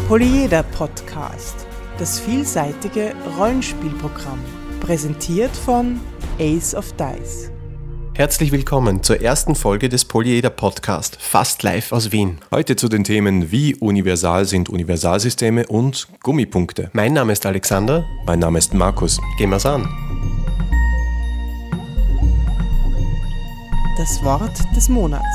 Polyeder Podcast, das vielseitige Rollenspielprogramm, präsentiert von Ace of Dice. Herzlich willkommen zur ersten Folge des Polyeder Podcast, fast live aus Wien. Heute zu den Themen, wie universal sind Universalsysteme und Gummipunkte. Mein Name ist Alexander. Mein Name ist Markus. Gehen wir's an. Das Wort des Monats.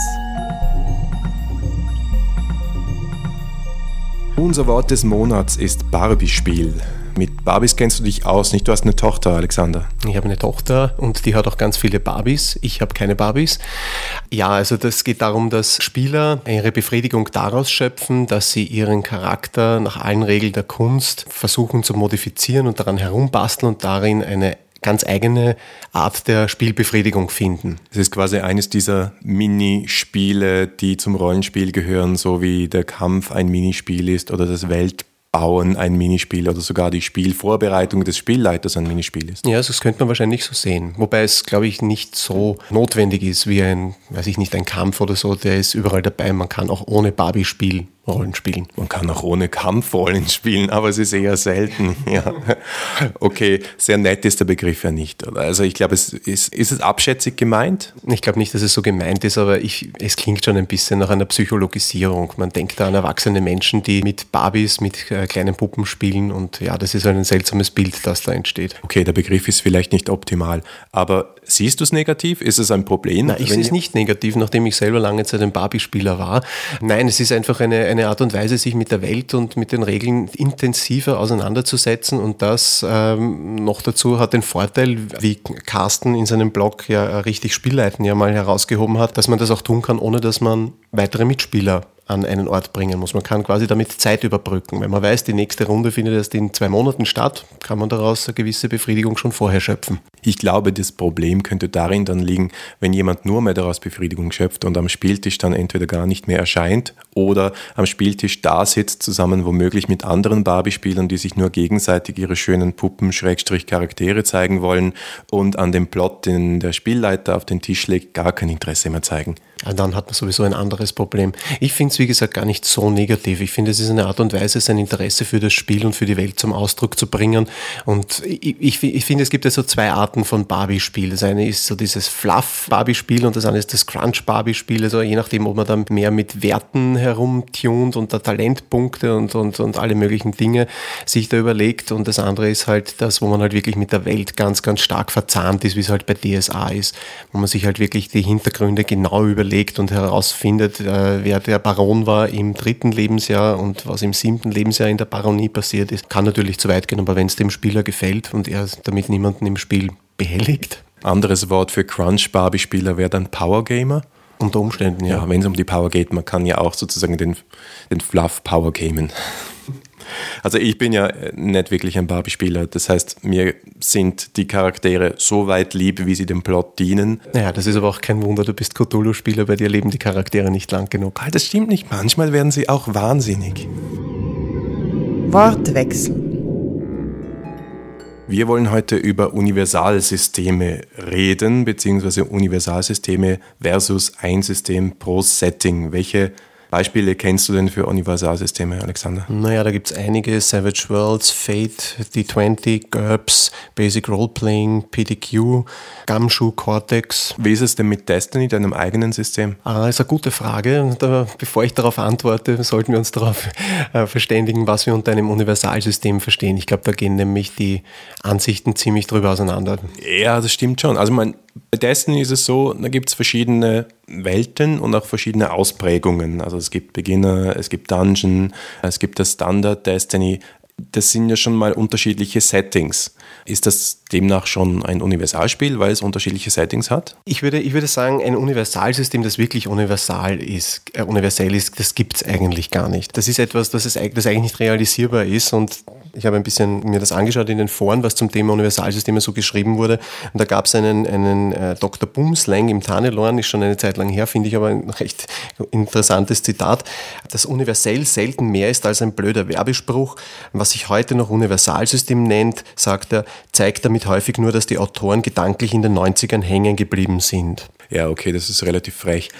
Unser Wort des Monats ist Barbie-Spiel. Mit Barbies kennst du dich aus, nicht? Du hast eine Tochter, Alexander. Ich habe eine Tochter und die hat auch ganz viele Barbies. Ich habe keine Barbies. Ja, also das geht darum, dass Spieler ihre Befriedigung daraus schöpfen, dass sie ihren Charakter nach allen Regeln der Kunst versuchen zu modifizieren und daran herumbasteln und darin eine ganz eigene Art der Spielbefriedigung finden. Es ist quasi eines dieser Minispiele, die zum Rollenspiel gehören, so wie der Kampf ein Minispiel ist oder das Weltbauen ein Minispiel oder sogar die Spielvorbereitung des Spielleiters ein Minispiel ist. Ja, das könnte man wahrscheinlich so sehen. Wobei es, glaube ich, nicht so notwendig ist wie ein Kampf oder so. Der ist überall dabei. Man kann auch ohne Barbie-Spiel Rollen spielen. Man kann auch ohne Kampfrollen spielen, aber es ist eher selten. Ja. Okay, sehr nett ist der Begriff ja nicht. Oder? Also ich glaube, ist es abschätzig gemeint? Ich glaube nicht, dass es so gemeint ist, aber es klingt schon ein bisschen nach einer Psychologisierung. Man denkt da an erwachsene Menschen, die mit Barbies, mit kleinen Puppen spielen und ja, das ist ein seltsames Bild, das da entsteht. Okay, der Begriff ist vielleicht nicht optimal, aber siehst du es negativ? Ist es ein Problem? Nein, ich sehe es nicht negativ, nachdem ich selber lange Zeit ein Barbie-Spieler war. Nein, es ist einfach eine Art und Weise, sich mit der Welt und mit den Regeln intensiver auseinanderzusetzen und das noch dazu hat den Vorteil, wie Carsten in seinem Blog ja richtig Spielleiten ja mal herausgehoben hat, dass man das auch tun kann, ohne dass man weitere Mitspieler an einen Ort bringen muss. Man kann quasi damit Zeit überbrücken. Wenn man weiß, die nächste Runde findet erst in 2 Monaten statt, kann man daraus eine gewisse Befriedigung schon vorher schöpfen. Ich glaube, das Problem könnte darin dann liegen, wenn jemand nur mehr daraus Befriedigung schöpft und am Spieltisch dann entweder gar nicht mehr erscheint oder am Spieltisch da sitzt, zusammen womöglich mit anderen Barbie-Spielern, die sich nur gegenseitig ihre schönen Puppen-Charaktere zeigen wollen und an dem Plot, den der Spielleiter auf den Tisch legt, gar kein Interesse mehr zeigen. Ja, dann hat man sowieso ein anderes Problem. Ich finde es, wie gesagt, gar nicht so negativ. Ich finde, es ist eine Art und Weise, sein Interesse für das Spiel und für die Welt zum Ausdruck zu bringen. Und ich finde, es gibt ja so 2 Arten von Barbie-Spiel. Das eine ist so dieses Fluff-Barbie-Spiel und das andere ist das Crunch-Barbie-Spiel. Also je nachdem, ob man dann mehr mit Werten herumtunt und da Talentpunkte und alle möglichen Dinge sich da überlegt. Und das andere ist halt das, wo man halt wirklich mit der Welt ganz, ganz stark verzahnt ist, wie es halt bei DSA ist. Wo man sich halt wirklich die Hintergründe genau überlegt und herausfindet, wer der Baron war im 3. Lebensjahr und was im 7. Lebensjahr in der Baronie passiert ist. Kann natürlich zu weit gehen, aber wenn es dem Spieler gefällt und er damit niemanden im Spiel behelligt. Anderes Wort für Crunch-Barbie-Spieler wäre dann Powergamer. Unter Umständen, ja. Ja, wenn es um die Power geht, man kann ja auch sozusagen den Fluff Power gamen. Also ich bin ja nicht wirklich ein Barbie-Spieler, das heißt, mir sind die Charaktere so weit lieb, wie sie dem Plot dienen. Naja, das ist aber auch kein Wunder, du bist Cthulhu-Spieler, bei dir leben die Charaktere nicht lang genug. Das stimmt nicht, manchmal werden sie auch wahnsinnig. Wortwechsel. Wir wollen heute über Universalsysteme reden, beziehungsweise Universalsysteme versus ein System pro Setting. Welche Beispiele kennst du denn für Universalsysteme, Alexander? Naja, da gibt es einige: Savage Worlds, Fate, D20, GURPS, Basic Roleplaying, PDQ, Gumshoe, Cortex. Wie ist es denn mit Destiny, deinem eigenen System? Ist eine gute Frage. Bevor ich darauf antworte, sollten wir uns darauf verständigen, was wir unter einem Universalsystem verstehen. Ich glaube, da gehen nämlich die Ansichten ziemlich drüber auseinander. Ja, das stimmt schon. Also bei Destiny ist es so, da gibt es verschiedene Welten und auch verschiedene Ausprägungen. Also es gibt Beginner, es gibt Dungeon, es gibt das Standard Destiny. Das sind ja schon mal unterschiedliche Settings. Ist das demnach schon ein Universalspiel, weil es unterschiedliche Settings hat? Ich würde sagen, ein Universalsystem, das wirklich universell ist, das gibt es eigentlich gar nicht. Das ist etwas, das eigentlich nicht realisierbar ist und ich habe ein bisschen mir das angeschaut in den Foren, was zum Thema Universalsysteme so geschrieben wurde und da gab es einen Dr. Boomslang im Tarnelorn, ist schon eine Zeit lang her, finde ich aber ein recht interessantes Zitat, dass universell selten mehr ist als ein blöder Werbespruch. Was sich heute noch Universalsystem nennt, sagt er, zeigt damit häufig nur, dass die Autoren gedanklich in den 90ern hängen geblieben sind. Ja, okay, das ist relativ frech.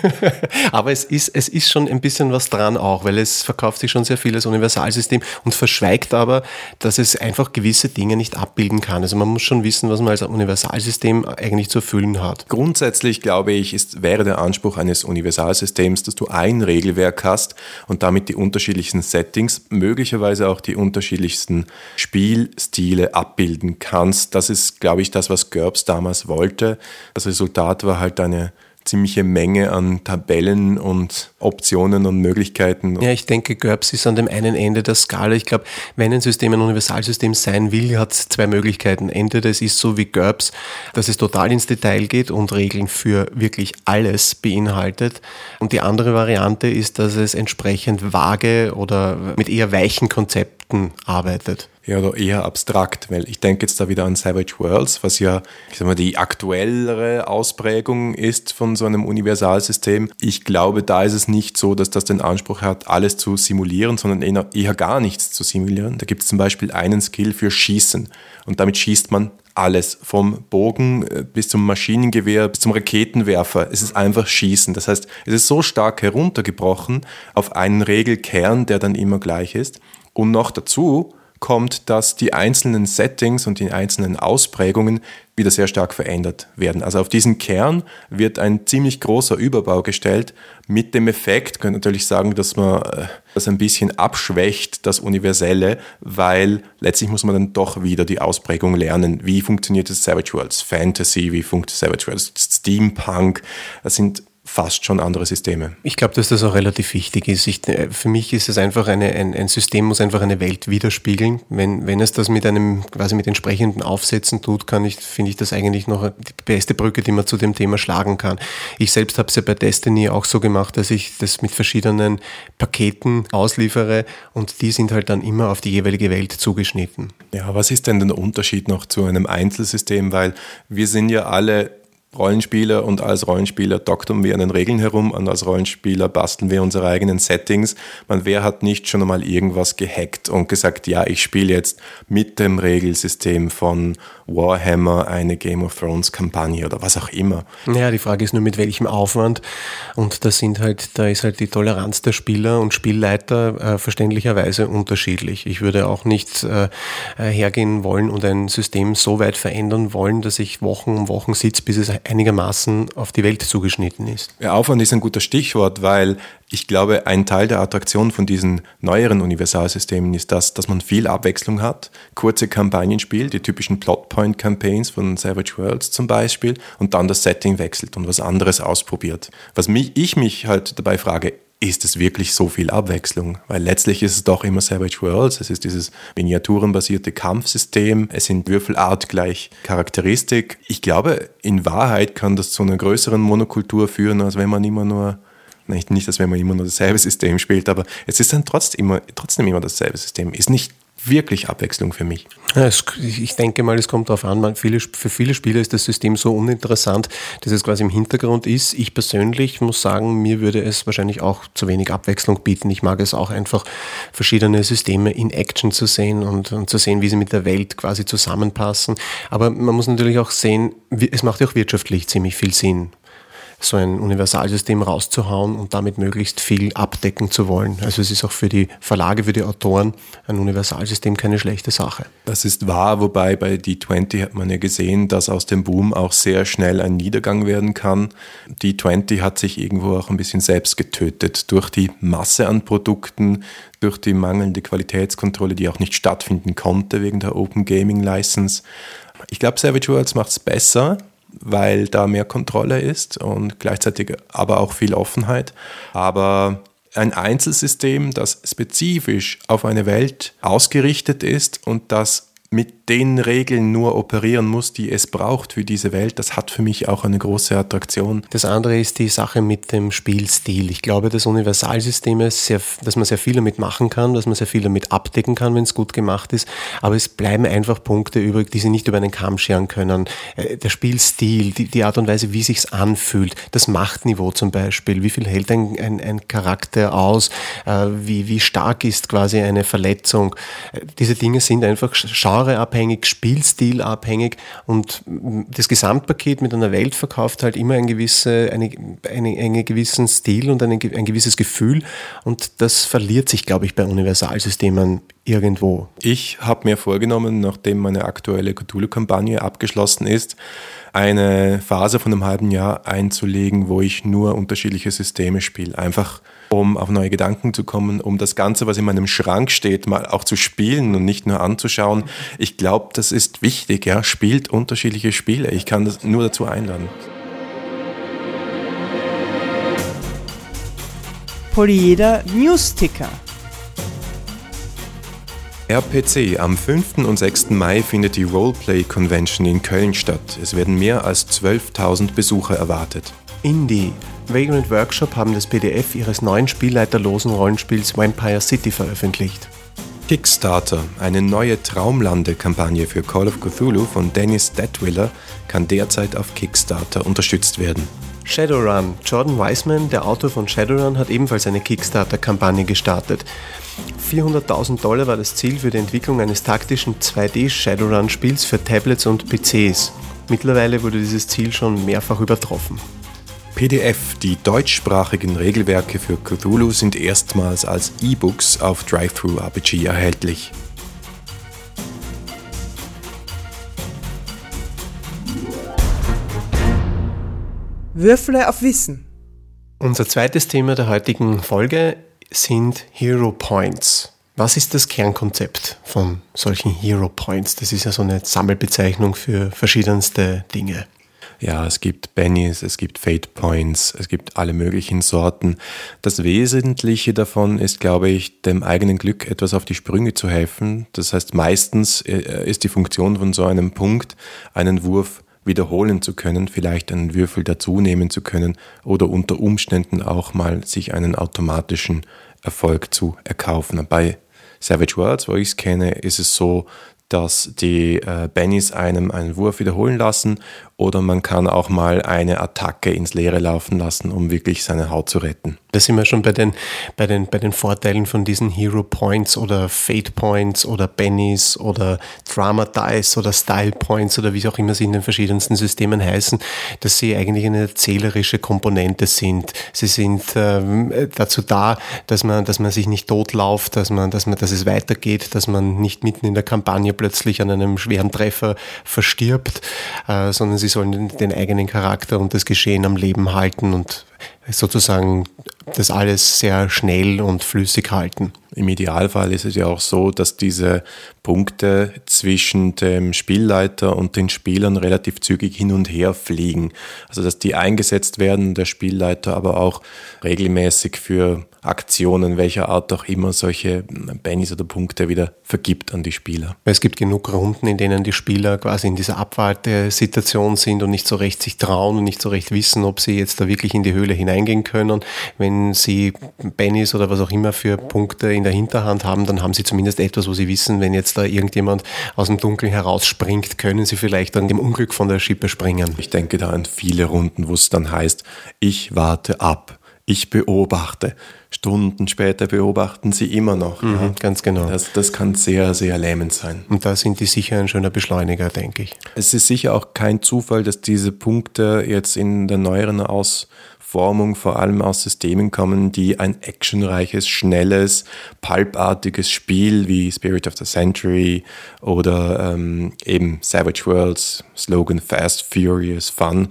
Aber es ist schon ein bisschen was dran auch, weil es verkauft sich schon sehr viel als Universalsystem und verschweigt aber, dass es einfach gewisse Dinge nicht abbilden kann. Also man muss schon wissen, was man als Universalsystem eigentlich zu erfüllen hat. Grundsätzlich, glaube ich, wäre der Anspruch eines Universalsystems, dass du ein Regelwerk hast und damit die unterschiedlichsten Settings, möglicherweise auch die unterschiedlichsten Spielstile abbilden kannst. Das ist, glaube ich, das, was GURPS damals wollte. Das Resultat war halt eine ziemliche Menge an Tabellen und Optionen und Möglichkeiten. Ja, ich denke, GURPS ist an dem einen Ende der Skala. Ich glaube, wenn ein System ein Universalsystem sein will, hat es zwei Möglichkeiten. Entweder es ist so wie GURPS, dass es total ins Detail geht und Regeln für wirklich alles beinhaltet. Und die andere Variante ist, dass es entsprechend vage oder mit eher weichen Konzepten arbeitet. Ja, oder eher abstrakt, weil ich denke jetzt da wieder an Savage Worlds, was ja, ich sag mal, die aktuellere Ausprägung ist von so einem Universalsystem. Ich glaube, da ist es nicht so, dass das den Anspruch hat, alles zu simulieren, sondern eher gar nichts zu simulieren. Da gibt es zum Beispiel einen Skill für Schießen und damit schießt man alles, vom Bogen bis zum Maschinengewehr, bis zum Raketenwerfer. Es ist einfach Schießen. Das heißt, es ist so stark heruntergebrochen auf einen Regelkern, der dann immer gleich ist. Und noch dazu kommt, dass die einzelnen Settings und die einzelnen Ausprägungen wieder sehr stark verändert werden. Also auf diesen Kern wird ein ziemlich großer Überbau gestellt. Mit dem Effekt, könnte natürlich sagen, dass man das ein bisschen abschwächt, das Universelle, weil letztlich muss man dann doch wieder die Ausprägung lernen. Wie funktioniert das Savage Worlds Fantasy? Wie funktioniert Savage Worlds Steampunk? Das sind fast schon andere Systeme. Ich glaube, dass das auch relativ wichtig ist. Für mich ist es einfach ein System muss einfach eine Welt widerspiegeln. Wenn es das mit entsprechenden Aufsätzen tut, finde ich das eigentlich noch die beste Brücke, die man zu dem Thema schlagen kann. Ich selbst habe es ja bei Destiny auch so gemacht, dass ich das mit verschiedenen Paketen ausliefere und die sind halt dann immer auf die jeweilige Welt zugeschnitten. Ja, was ist denn der Unterschied noch zu einem Einzelsystem? Weil wir sind ja alle Rollenspieler und als Rollenspieler doktern wir an den Regeln herum und als Rollenspieler basteln wir unsere eigenen Settings. Wer hat nicht schon einmal irgendwas gehackt und gesagt, ja, ich spiele jetzt mit dem Regelsystem von Warhammer eine Game of Thrones Kampagne oder was auch immer. Ja, die Frage ist nur, mit welchem Aufwand und da ist halt die Toleranz der Spieler und Spielleiter verständlicherweise unterschiedlich. Ich würde auch nicht hergehen wollen und ein System so weit verändern wollen, dass ich Wochen um Wochen sitze, bis es einigermaßen auf die Welt zugeschnitten ist. Ja, Aufwand ist ein guter Stichwort, weil ich glaube, ein Teil der Attraktion von diesen neueren Universalsystemen ist das, dass man viel Abwechslung hat, kurze Kampagnen spielt, die typischen Plotpoint-Campaigns von Savage Worlds zum Beispiel und dann das Setting wechselt und was anderes ausprobiert. Ich mich halt dabei frage, ist es wirklich so viel Abwechslung? Weil letztlich ist es doch immer Savage Worlds, es ist dieses miniaturenbasierte Kampfsystem, es sind würfelartgleich Charakteristik. Ich glaube, in Wahrheit kann das zu einer größeren Monokultur führen, als wenn man immer nur, nicht, dass wenn man immer nur dasselbe System spielt, aber es ist dann trotzdem immer dasselbe System. Ist nicht wirklich Abwechslung für mich. Ja, ich denke mal, es kommt darauf an, für viele Spieler ist das System so uninteressant, dass es quasi im Hintergrund ist. Ich persönlich muss sagen, mir würde es wahrscheinlich auch zu wenig Abwechslung bieten. Ich mag es auch einfach, verschiedene Systeme in Action zu sehen und zu sehen, wie sie mit der Welt quasi zusammenpassen. Aber man muss natürlich auch sehen, es macht ja auch wirtschaftlich ziemlich viel Sinn, so ein Universalsystem rauszuhauen und damit möglichst viel abdecken zu wollen. Also es ist auch für die Verlage, für die Autoren ein Universalsystem keine schlechte Sache. Das ist wahr, wobei bei D20 hat man ja gesehen, dass aus dem Boom auch sehr schnell ein Niedergang werden kann. D20 hat sich irgendwo auch ein bisschen selbst getötet durch die Masse an Produkten, durch die mangelnde Qualitätskontrolle, die auch nicht stattfinden konnte wegen der Open Gaming License. Ich glaube, Savage Worlds macht es besser, weil da mehr Kontrolle ist und gleichzeitig aber auch viel Offenheit. Aber ein Einzelsystem, das spezifisch auf eine Welt ausgerichtet ist und das mit den Regeln nur operieren muss, die es braucht für diese Welt, das hat für mich auch eine große Attraktion. Das andere ist die Sache mit dem Spielstil. Ich glaube, das Universalsystem ist, dass man sehr viel damit machen kann, dass man sehr viel damit abdecken kann, wenn es gut gemacht ist, aber es bleiben einfach Punkte übrig, die Sie nicht über einen Kamm scheren können. Der Spielstil, die Art und Weise, wie es sich anfühlt, das Machtniveau zum Beispiel, wie viel hält ein Charakter aus, wie stark ist quasi eine Verletzung. Diese Dinge sind einfach genreabhängig abhängig, Spielstil-abhängig und das Gesamtpaket mit einer Welt verkauft halt immer einen gewissen Stil und ein gewisses Gefühl und das verliert sich, glaube ich, bei Universalsystemen irgendwo. Ich habe mir vorgenommen, nachdem meine aktuelle Cthulhu-Kampagne abgeschlossen ist, eine Phase von einem halben Jahr einzulegen, wo ich nur unterschiedliche Systeme spiele. Einfach um auf neue Gedanken zu kommen, um das Ganze, was in meinem Schrank steht, mal auch zu spielen und nicht nur anzuschauen. Ich glaube, das ist wichtig. Ja? Spielt unterschiedliche Spiele. Ich kann das nur dazu einladen. Polyeder Newsticker. RPC, am 5. und 6. Mai findet die Roleplay Convention in Köln statt. Es werden mehr als 12.000 Besucher erwartet. Indie. Vagrant Workshop haben das PDF ihres neuen spielleiterlosen Rollenspiels Vampire City veröffentlicht. Kickstarter, eine neue Traumlande-Kampagne für Call of Cthulhu von Dennis Detwiller, kann derzeit auf Kickstarter unterstützt werden. Shadowrun. Jordan Weisman, der Autor von Shadowrun, hat ebenfalls eine Kickstarter-Kampagne gestartet. $400.000 war das Ziel für die Entwicklung eines taktischen 2D-Shadowrun-Spiels für Tablets und PCs. Mittlerweile wurde dieses Ziel schon mehrfach übertroffen. PDF, die deutschsprachigen Regelwerke für Cthulhu sind erstmals als E-Books auf DriveThru-RPG erhältlich. Würfle auf Wissen. Unser zweites Thema der heutigen Folge sind Hero Points. Was ist das Kernkonzept von solchen Hero Points? Das ist ja so eine Sammelbezeichnung für verschiedenste Dinge. Ja, es gibt Bennies, es gibt Fate Points, es gibt alle möglichen Sorten. Das Wesentliche davon ist, glaube ich, dem eigenen Glück etwas auf die Sprünge zu helfen. Das heißt, meistens ist die Funktion von so einem Punkt, einen Wurf wiederholen zu können, vielleicht einen Würfel dazu nehmen zu können oder unter Umständen auch mal sich einen automatischen Erfolg zu erkaufen. Bei Savage Worlds, wo ich es kenne, ist es so, dass die Bennies einem einen Wurf wiederholen lassen oder man kann auch mal eine Attacke ins Leere laufen lassen, um wirklich seine Haut zu retten. Da sind wir schon bei den Vorteilen von diesen Hero Points oder Fate Points oder Bennies oder Drama Dice oder Style Points oder wie auch immer sie in den verschiedensten Systemen heißen, dass sie eigentlich eine erzählerische Komponente sind. Sie sind dazu da, dass man sich nicht totlauft, dass es weitergeht, dass man nicht mitten in der Kampagne plötzlich an einem schweren Treffer verstirbt, sondern sie sollen den eigenen Charakter und das Geschehen am Leben halten und sozusagen das alles sehr schnell und flüssig halten. Im Idealfall ist es ja auch so, dass diese Punkte zwischen dem Spielleiter und den Spielern relativ zügig hin und her fliegen. Also dass die eingesetzt werden, der Spielleiter aber auch regelmäßig für Aktionen, welcher Art auch immer, solche Bennies oder Punkte wieder vergibt an die Spieler. Es gibt genug Runden, in denen die Spieler quasi in dieser Abwartesituation sind und nicht so recht sich trauen und nicht so recht wissen, ob sie jetzt da wirklich in die Höhle hineingehen können. Wenn sie Bennies oder was auch immer für Punkte in der Hinterhand haben, dann haben sie zumindest etwas, wo sie wissen, wenn jetzt da irgendjemand aus dem Dunkeln herausspringt, können sie vielleicht dann dem Unglück von der Schippe springen. Ich denke da an viele Runden, wo es dann heißt, ich warte ab. Ich beobachte. Stunden später beobachten sie immer noch. Ja. Ganz genau. Das kann sehr, sehr lähmend sein. Und da sind die sicher ein schöner Beschleuniger, denke ich. Es ist sicher auch kein Zufall, dass diese Punkte jetzt in der neueren Ausformung vor allem aus Systemen kommen, die ein actionreiches, schnelles, pulpartiges Spiel wie Spirit of the Century oder eben Savage Worlds, Slogan Fast, Furious, Fun,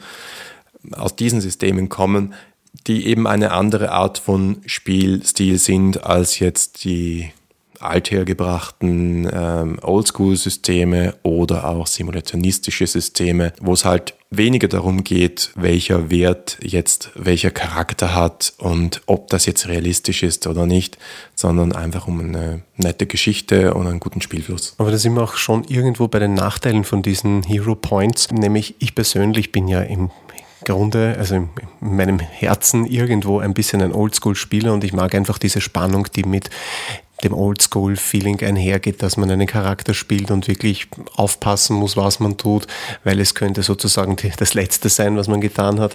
aus diesen Systemen kommen, die eben eine andere Art von Spielstil sind als jetzt die althergebrachten Oldschool-Systeme oder auch simulationistische Systeme, wo es halt weniger darum geht, welcher Wert jetzt welcher Charakter hat und ob das jetzt realistisch ist oder nicht, sondern einfach um eine nette Geschichte und einen guten Spielfluss. Aber da sind wir auch schon irgendwo bei den Nachteilen von diesen Hero Points, nämlich ich persönlich bin ja im Grunde, also in meinem Herzen irgendwo ein bisschen ein Oldschool-Spieler und ich mag einfach diese Spannung, die mit dem Oldschool-Feeling einhergeht, dass man einen Charakter spielt und wirklich aufpassen muss, was man tut, weil es könnte sozusagen das Letzte sein, was man getan hat.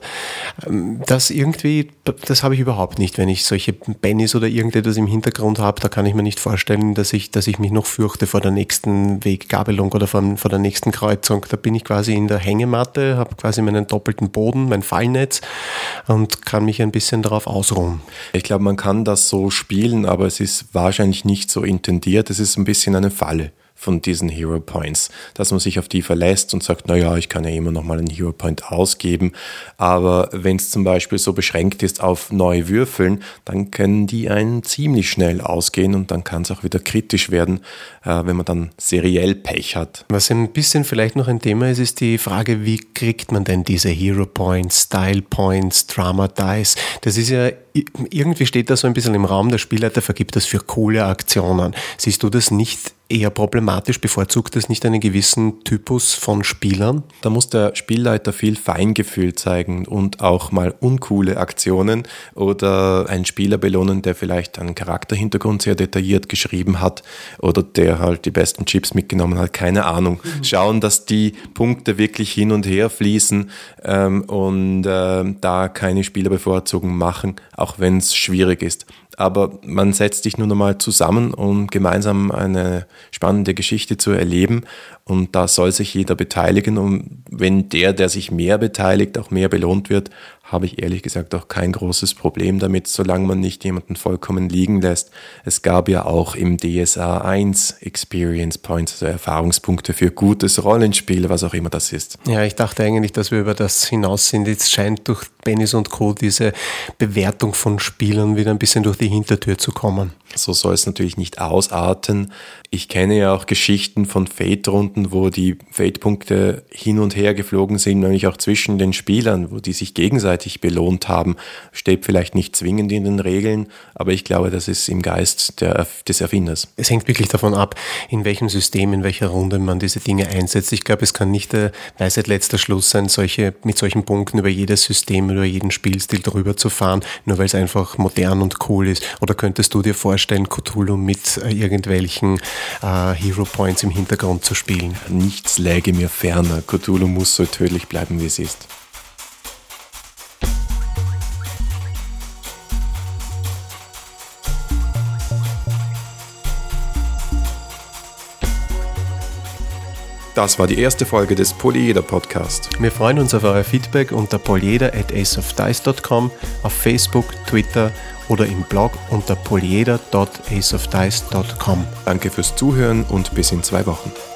Das habe ich überhaupt nicht. Wenn ich solche Bennys oder irgendetwas im Hintergrund habe, da kann ich mir nicht vorstellen, dass ich mich noch fürchte vor der nächsten Weggabelung oder vor der nächsten Kreuzung. Da bin ich quasi in der Hängematte, habe quasi meinen doppelten Boden, mein Fallnetz und kann mich ein bisschen darauf ausruhen. Ich glaube, man kann das so spielen, aber es ist wahrscheinlich nicht so intendiert. Es ist ein bisschen eine Falle von diesen Hero Points, dass man sich auf die verlässt und sagt, naja, ich kann ja immer noch mal einen Hero Point ausgeben, aber wenn es zum Beispiel so beschränkt ist auf neu würfeln, dann können die einen ziemlich schnell ausgehen und dann kann es auch wieder kritisch werden, wenn man dann seriell Pech hat. Was ein bisschen vielleicht noch ein Thema ist, ist die Frage, wie kriegt man denn diese Hero Points, Style Points, Drama Dice? Das ist ja, irgendwie steht da so ein bisschen im Raum, der Spielleiter vergibt das für coole Aktionen. Siehst du das nicht eher problematisch? Bevorzugt das nicht einen gewissen Typus von Spielern? Da muss der Spielleiter viel Feingefühl zeigen und auch mal uncoole Aktionen oder einen Spieler belohnen, der vielleicht einen Charakterhintergrund sehr detailliert geschrieben hat oder der halt die besten Chips mitgenommen hat, keine Ahnung. Schauen, dass die Punkte wirklich hin und her fließen und da keine Spielerbevorzugung machen, auch wenn es schwierig ist. Aber man setzt sich nun einmal zusammen, um gemeinsam eine spannende Geschichte zu erleben und da soll sich jeder beteiligen und wenn der sich mehr beteiligt, auch mehr belohnt wird, habe ich ehrlich gesagt auch kein großes Problem damit, solange man nicht jemanden vollkommen liegen lässt. Es gab ja auch im DSA 1 Experience Points, also Erfahrungspunkte für gutes Rollenspiel, was auch immer das ist. Ja, ich dachte eigentlich, dass wir über das hinaus sind. Jetzt scheint durch Bennys und Co. diese Bewertung von Spielern wieder ein bisschen durch die Hintertür zu kommen. So soll es natürlich nicht ausarten. Ich kenne ja auch Geschichten von Fate-Runden, wo die Fate-Punkte hin und her geflogen sind, nämlich auch zwischen den Spielern, wo die sich gegenseitig belohnt haben. Steht vielleicht nicht zwingend in den Regeln, aber ich glaube, das ist im Geist des Erfinders. Es hängt wirklich davon ab, in welchem System, in welcher Runde man diese Dinge einsetzt. Ich glaube, es kann nicht der Weisheit letzter Schluss sein, mit solchen Punkten über jedes System, über jeden Spielstil drüber zu fahren, nur weil es einfach modern und cool ist. Oder könntest du dir vorstellen, Cthulhu mit irgendwelchen Hero Points im Hintergrund zu spielen? Nichts läge mir ferner. Cthulhu muss so tödlich bleiben, wie es ist. Das war die erste Folge des Polyeder Podcast. Wir freuen uns auf euer Feedback unter polyeder@aceofdice.com, auf Facebook, Twitter oder im Blog unter polyeder.aceofdice.com. Danke fürs Zuhören und bis in 2 Wochen.